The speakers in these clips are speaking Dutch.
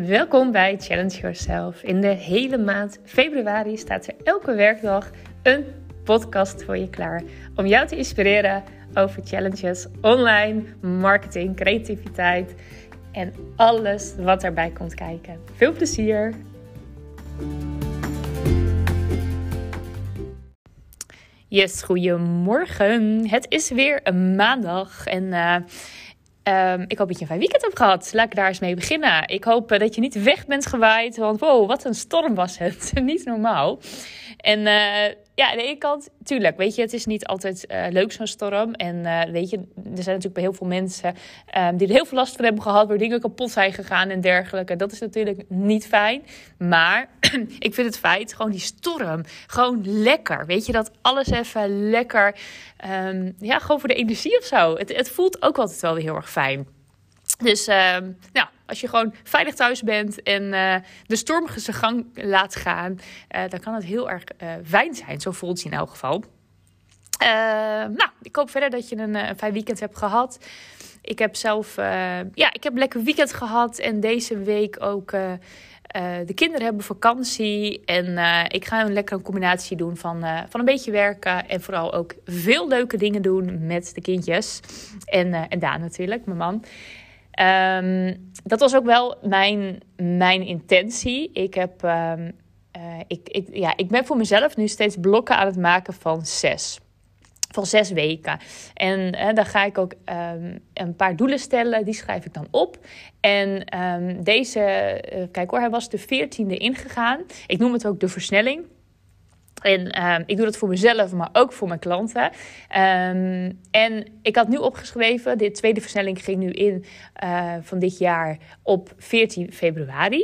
Welkom bij Challenge Yourself. In de hele maand februari staat er elke werkdag een podcast voor je klaar om jou te inspireren over challenges, online, marketing, creativiteit en alles wat erbij komt kijken. Veel plezier! Yes, goedemorgen. Het is weer een maandag en ik hoop dat je een fijn weekend hebt gehad. Laat ik daar eens mee beginnen. Ik hoop dat je niet weg bent gewaaid, want wow, wat een storm was het. Niet normaal. En aan de ene kant, tuurlijk, weet je, het is niet altijd leuk zo'n storm. En weet je, er zijn natuurlijk bij heel veel mensen die er heel veel last van hebben gehad, waar dingen kapot zijn gegaan en dergelijke. Dat is natuurlijk niet fijn. Maar ik vind het feit, gewoon die storm, gewoon lekker. Weet je, dat alles even lekker, gewoon voor de energie of zo. Het voelt ook altijd wel weer heel erg fijn. Dus als je gewoon veilig thuis bent en de storm zijn gang laat gaan, dan kan het heel erg fijn zijn. Zo voelt het in elk geval. Ik hoop verder dat je een fijn weekend hebt gehad. Ik heb zelf ik heb een lekker weekend gehad en deze week ook de kinderen hebben vakantie. En ik ga een lekkere combinatie doen van een beetje werken en vooral ook veel leuke dingen doen met de kindjes. En Daan natuurlijk, mijn man. Dat was ook wel mijn intentie. Ik ben voor mezelf nu steeds blokken aan het maken van 6 weken. En dan ga ik ook een paar doelen stellen. Die schrijf ik dan op. En hij was de 14e ingegaan. Ik noem het ook de versnelling. En ik doe dat voor mezelf, maar ook voor mijn klanten. En ik had nu opgeschreven, de tweede versnelling ging nu in van dit jaar op 14 februari.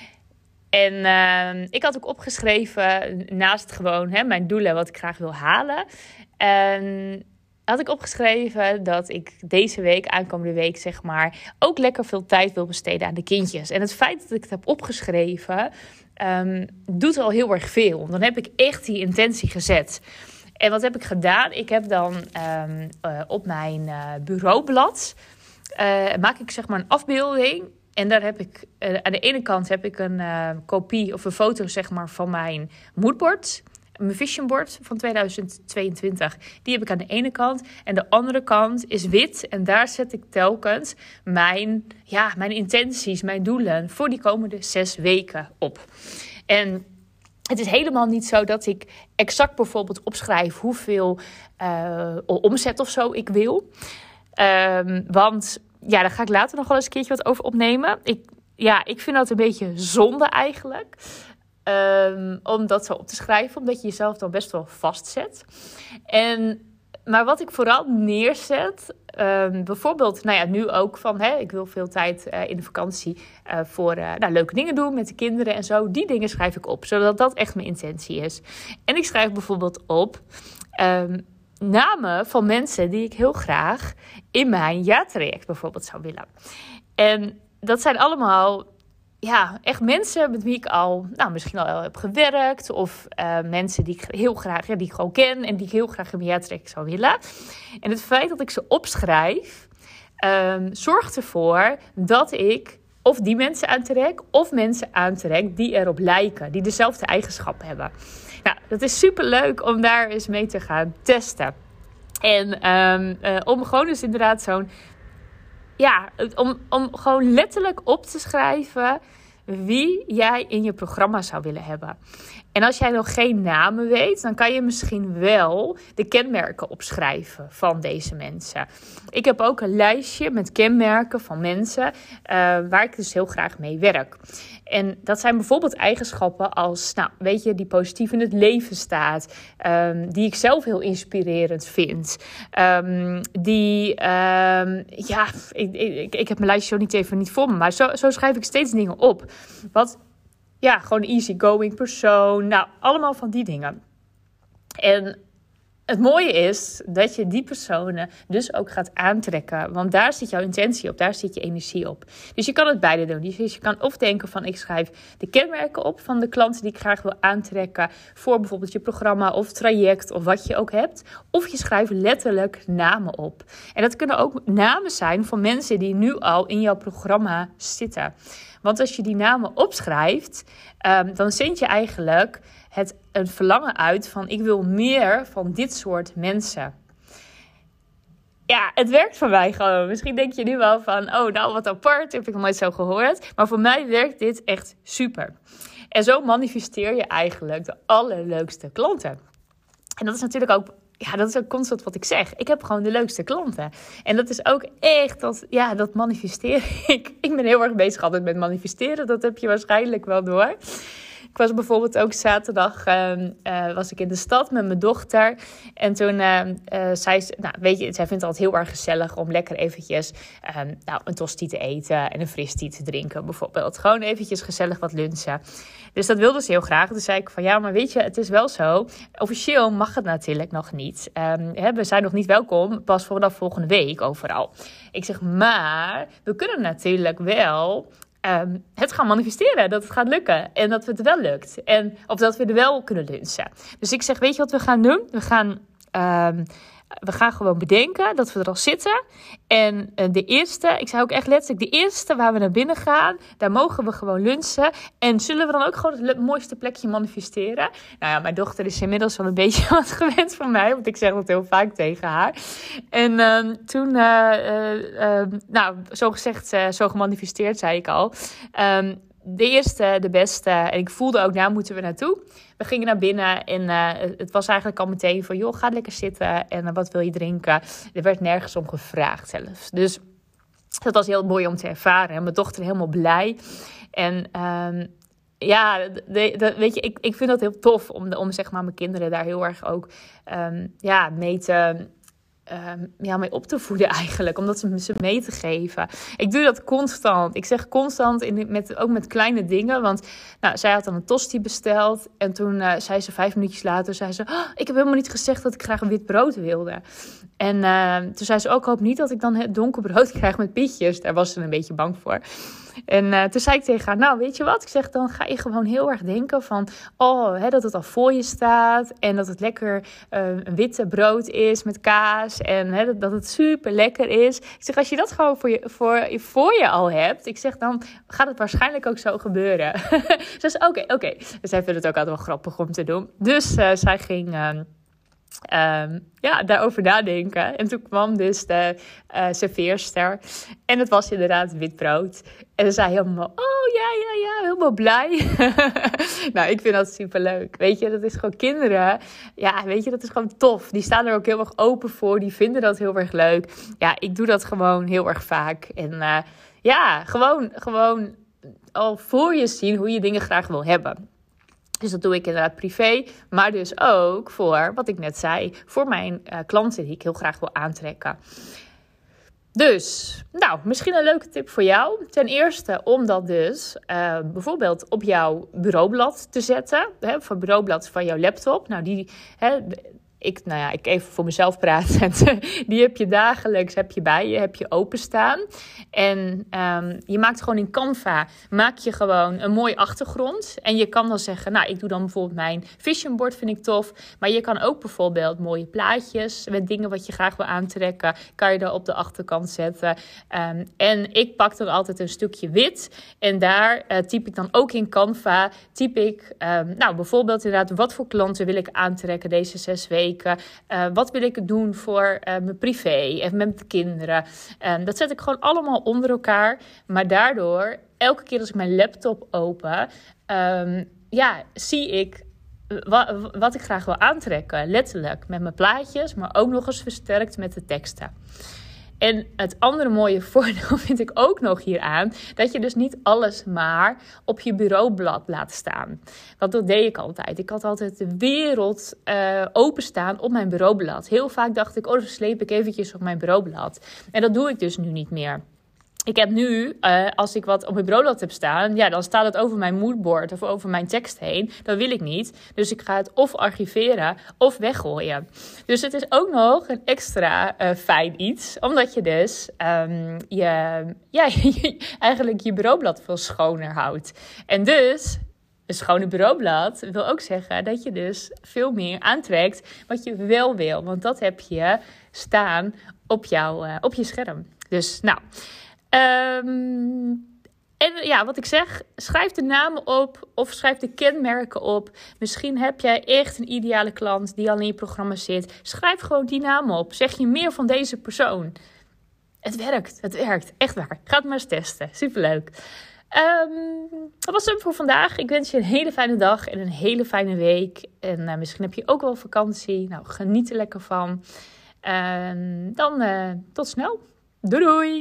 En ik had ook opgeschreven, naast gewoon mijn doelen, wat ik graag wil halen. Had ik opgeschreven dat ik deze week, aankomende week zeg maar, ook lekker veel tijd wil besteden aan de kindjes. En het feit dat ik het heb opgeschreven, doet al heel erg veel. Dan heb ik echt die intentie gezet. En wat heb ik gedaan? Ik heb dan op mijn bureaublad maak ik zeg maar een afbeelding. En daar heb ik aan de ene kant heb ik een kopie of een foto zeg maar van mijn moodboard. Mijn visionboard van 2022, die heb ik aan de ene kant. En de andere kant is wit. En daar zet ik telkens mijn intenties, mijn doelen voor die komende 6 weken op. En het is helemaal niet zo dat ik exact bijvoorbeeld opschrijf hoeveel omzet of zo ik wil. Want daar ga ik later nog wel eens een keertje wat over opnemen. Ik vind dat een beetje zonde eigenlijk. Om dat zo op te schrijven, omdat je jezelf dan best wel vastzet. Maar wat ik vooral neerzet, bijvoorbeeld, nu ook van, ik wil veel tijd in de vakantie voor leuke dingen doen met de kinderen en zo. Die dingen schrijf ik op, zodat dat echt mijn intentie is. En ik schrijf bijvoorbeeld op namen van mensen die ik heel graag in mijn jaartraject bijvoorbeeld zou willen. En dat zijn allemaal echt mensen met wie ik al misschien al heb gewerkt. Of mensen die ik heel graag, die ik gewoon ken en die ik heel graag in mijn jaartraject zou willen. En het feit dat ik ze opschrijf, zorgt ervoor dat ik of die mensen aantrek, of mensen aantrek die erop lijken, die dezelfde eigenschappen hebben. Nou, dat is super leuk om daar eens mee te gaan testen. En om gewoon dus inderdaad zo'n om gewoon letterlijk op te schrijven wie jij in je programma zou willen hebben. En als jij nog geen namen weet, dan kan je misschien wel de kenmerken opschrijven van deze mensen. Ik heb ook een lijstje met kenmerken van mensen waar ik dus heel graag mee werk. En dat zijn bijvoorbeeld eigenschappen als, die positief in het leven staat. Die ik zelf heel inspirerend vind. Ik heb mijn lijstje zo niet voor me, maar zo schrijf ik steeds dingen op. Gewoon een easygoing persoon. Allemaal van die dingen. En het mooie is dat je die personen dus ook gaat aantrekken. Want daar zit jouw intentie op, daar zit je energie op. Dus je kan het beide doen. Dus je kan of denken van ik schrijf de kenmerken op van de klanten die ik graag wil aantrekken. Voor bijvoorbeeld je programma of traject of wat je ook hebt. Of je schrijft letterlijk namen op. En dat kunnen ook namen zijn van mensen die nu al in jouw programma zitten. Want als je die namen opschrijft, dan zend je eigenlijk een verlangen uit van ik wil meer van dit soort mensen. Ja, het werkt voor mij gewoon. Misschien denk je nu wel van, oh nou wat apart, heb ik nog nooit zo gehoord. Maar voor mij werkt dit echt super. En zo manifesteer je eigenlijk de allerleukste klanten. En dat is natuurlijk ook, dat is ook constant wat ik zeg. Ik heb gewoon de leukste klanten. En dat is ook echt, dat manifesteer ik. Ik ben heel erg bezig altijd met manifesteren. Dat heb je waarschijnlijk wel door. Ik was bijvoorbeeld ook zaterdag was ik in de stad met mijn dochter. En toen zei ze, zij vindt het altijd heel erg gezellig om lekker eventjes een tosti te eten en een fristie te drinken bijvoorbeeld. Gewoon eventjes gezellig wat lunchen. Dus dat wilde ze heel graag. Dus zei ik van ja, maar weet je, het is wel zo. Officieel mag het natuurlijk nog niet. We zijn nog niet welkom, pas vanaf volgende week overal. Ik zeg, maar we kunnen natuurlijk wel het gaan manifesteren, dat het gaat lukken en dat het wel lukt. Of dat we er wel kunnen lunchen. Dus ik zeg, weet je wat we gaan doen? We gaan gewoon bedenken dat we er al zitten. En de eerste, ik zei ook echt letterlijk, de eerste waar we naar binnen gaan, daar mogen we gewoon lunchen. En zullen we dan ook gewoon het mooiste plekje manifesteren? Nou ja, mijn dochter is inmiddels wel een beetje wat gewend van mij, want ik zeg dat heel vaak tegen haar. En toen, zo gezegd, zo gemanifesteerd, zei ik al. De eerste, de beste. En ik voelde ook, daar moeten we naartoe. We gingen naar binnen en het was eigenlijk al meteen van, joh, ga lekker zitten en wat wil je drinken? Er werd nergens om gevraagd zelfs. Dus dat was heel mooi om te ervaren. En mijn dochter helemaal blij. En weet je, ik vind dat heel tof om zeg maar mijn kinderen daar heel erg ook mee op te voeden eigenlijk. Omdat ze mee te geven. Ik doe dat constant. Ik zeg constant, ook met kleine dingen. Want zij had dan een tosti besteld. En toen zei ze 5 minuutjes later, ik heb helemaal niet gezegd dat ik graag een wit brood wilde. En toen zei ze ook, hoop niet dat ik dan het donker brood krijg met pietjes. Daar was ze een beetje bang voor. En toen zei ik tegen haar, weet je wat? Ik zeg, dan ga je gewoon heel erg denken van, dat het al voor je staat. En dat het lekker een witte brood is met kaas. En dat het super lekker is. Ik zeg, als je dat gewoon voor je al hebt. Ik zeg, dan gaat het waarschijnlijk ook zo gebeuren. Ze zei, oké. Dus zij vindt het ook altijd wel grappig om te doen. Dus zij ging daarover nadenken. En toen kwam dus de serveerster. En het was inderdaad wit brood. En ze zei helemaal, ja, helemaal blij. Nou, ik vind dat superleuk. Weet je, dat is gewoon kinderen. Ja, weet je, dat is gewoon tof. Die staan er ook heel erg open voor. Die vinden dat heel erg leuk. Ja, ik doe dat gewoon heel erg vaak. En gewoon al voor je zien hoe je dingen graag wil hebben. Dus dat doe ik inderdaad privé, maar dus ook voor, wat ik net zei, voor mijn klanten die ik heel graag wil aantrekken. Dus, misschien een leuke tip voor jou. Ten eerste om dat dus bijvoorbeeld op jouw bureaublad te zetten. Of het bureaublad van jouw laptop. Ik even voor mezelf praten. Die heb je dagelijks bij je, heb je openstaan. En je maakt gewoon in Canva, maak je gewoon een mooie achtergrond. En je kan dan zeggen, ik doe dan bijvoorbeeld mijn vision board, vind ik tof. Maar je kan ook bijvoorbeeld mooie plaatjes met dingen wat je graag wil aantrekken. Kan je er op de achterkant zetten. En ik pak dan altijd een stukje wit. En daar typ ik dan ook in Canva. Bijvoorbeeld inderdaad, wat voor klanten wil ik aantrekken deze 6 weken. Wat wil ik doen voor mijn privé en met de kinderen. Dat zet ik gewoon allemaal onder elkaar. Maar daardoor, elke keer als ik mijn laptop open, zie ik wat ik graag wil aantrekken. Letterlijk met mijn plaatjes, maar ook nog eens versterkt met de teksten. En het andere mooie voordeel vind ik ook nog hieraan, dat je dus niet alles maar op je bureaublad laat staan. Want dat deed ik altijd. Ik had altijd de wereld openstaan op mijn bureaublad. Heel vaak dacht ik, dan sleep ik eventjes op mijn bureaublad. En dat doe ik dus nu niet meer. Ik heb nu, als ik wat op mijn bureaublad heb staan, dan staat het over mijn moodboard of over mijn tekst heen. Dat wil ik niet. Dus ik ga het of archiveren of weggooien. Dus het is ook nog een extra fijn iets. Omdat je dus eigenlijk je bureaublad veel schoner houdt. En dus, een schone bureaublad wil ook zeggen dat je dus veel meer aantrekt wat je wel wil. Want dat heb je staan op je scherm. Dus En ja, wat ik zeg, schrijf de namen op of schrijf de kenmerken op. Misschien heb jij echt een ideale klant die al in je programma zit. Schrijf gewoon die namen op. Zeg je meer van deze persoon. Het werkt. Echt waar. Ga het maar eens testen. Superleuk. Dat was het voor vandaag. Ik wens je een hele fijne dag en een hele fijne week. En misschien heb je ook wel vakantie. Nou, geniet er lekker van. Dan tot snel. Doei!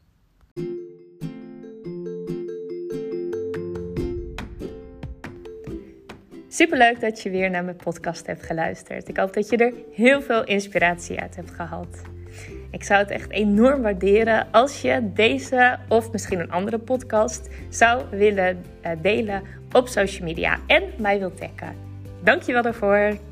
Superleuk dat je weer naar mijn podcast hebt geluisterd. Ik hoop dat je er heel veel inspiratie uit hebt gehaald. Ik zou het echt enorm waarderen als je deze of misschien een andere podcast zou willen delen op social media en mij wilt taggen. Dankjewel daarvoor.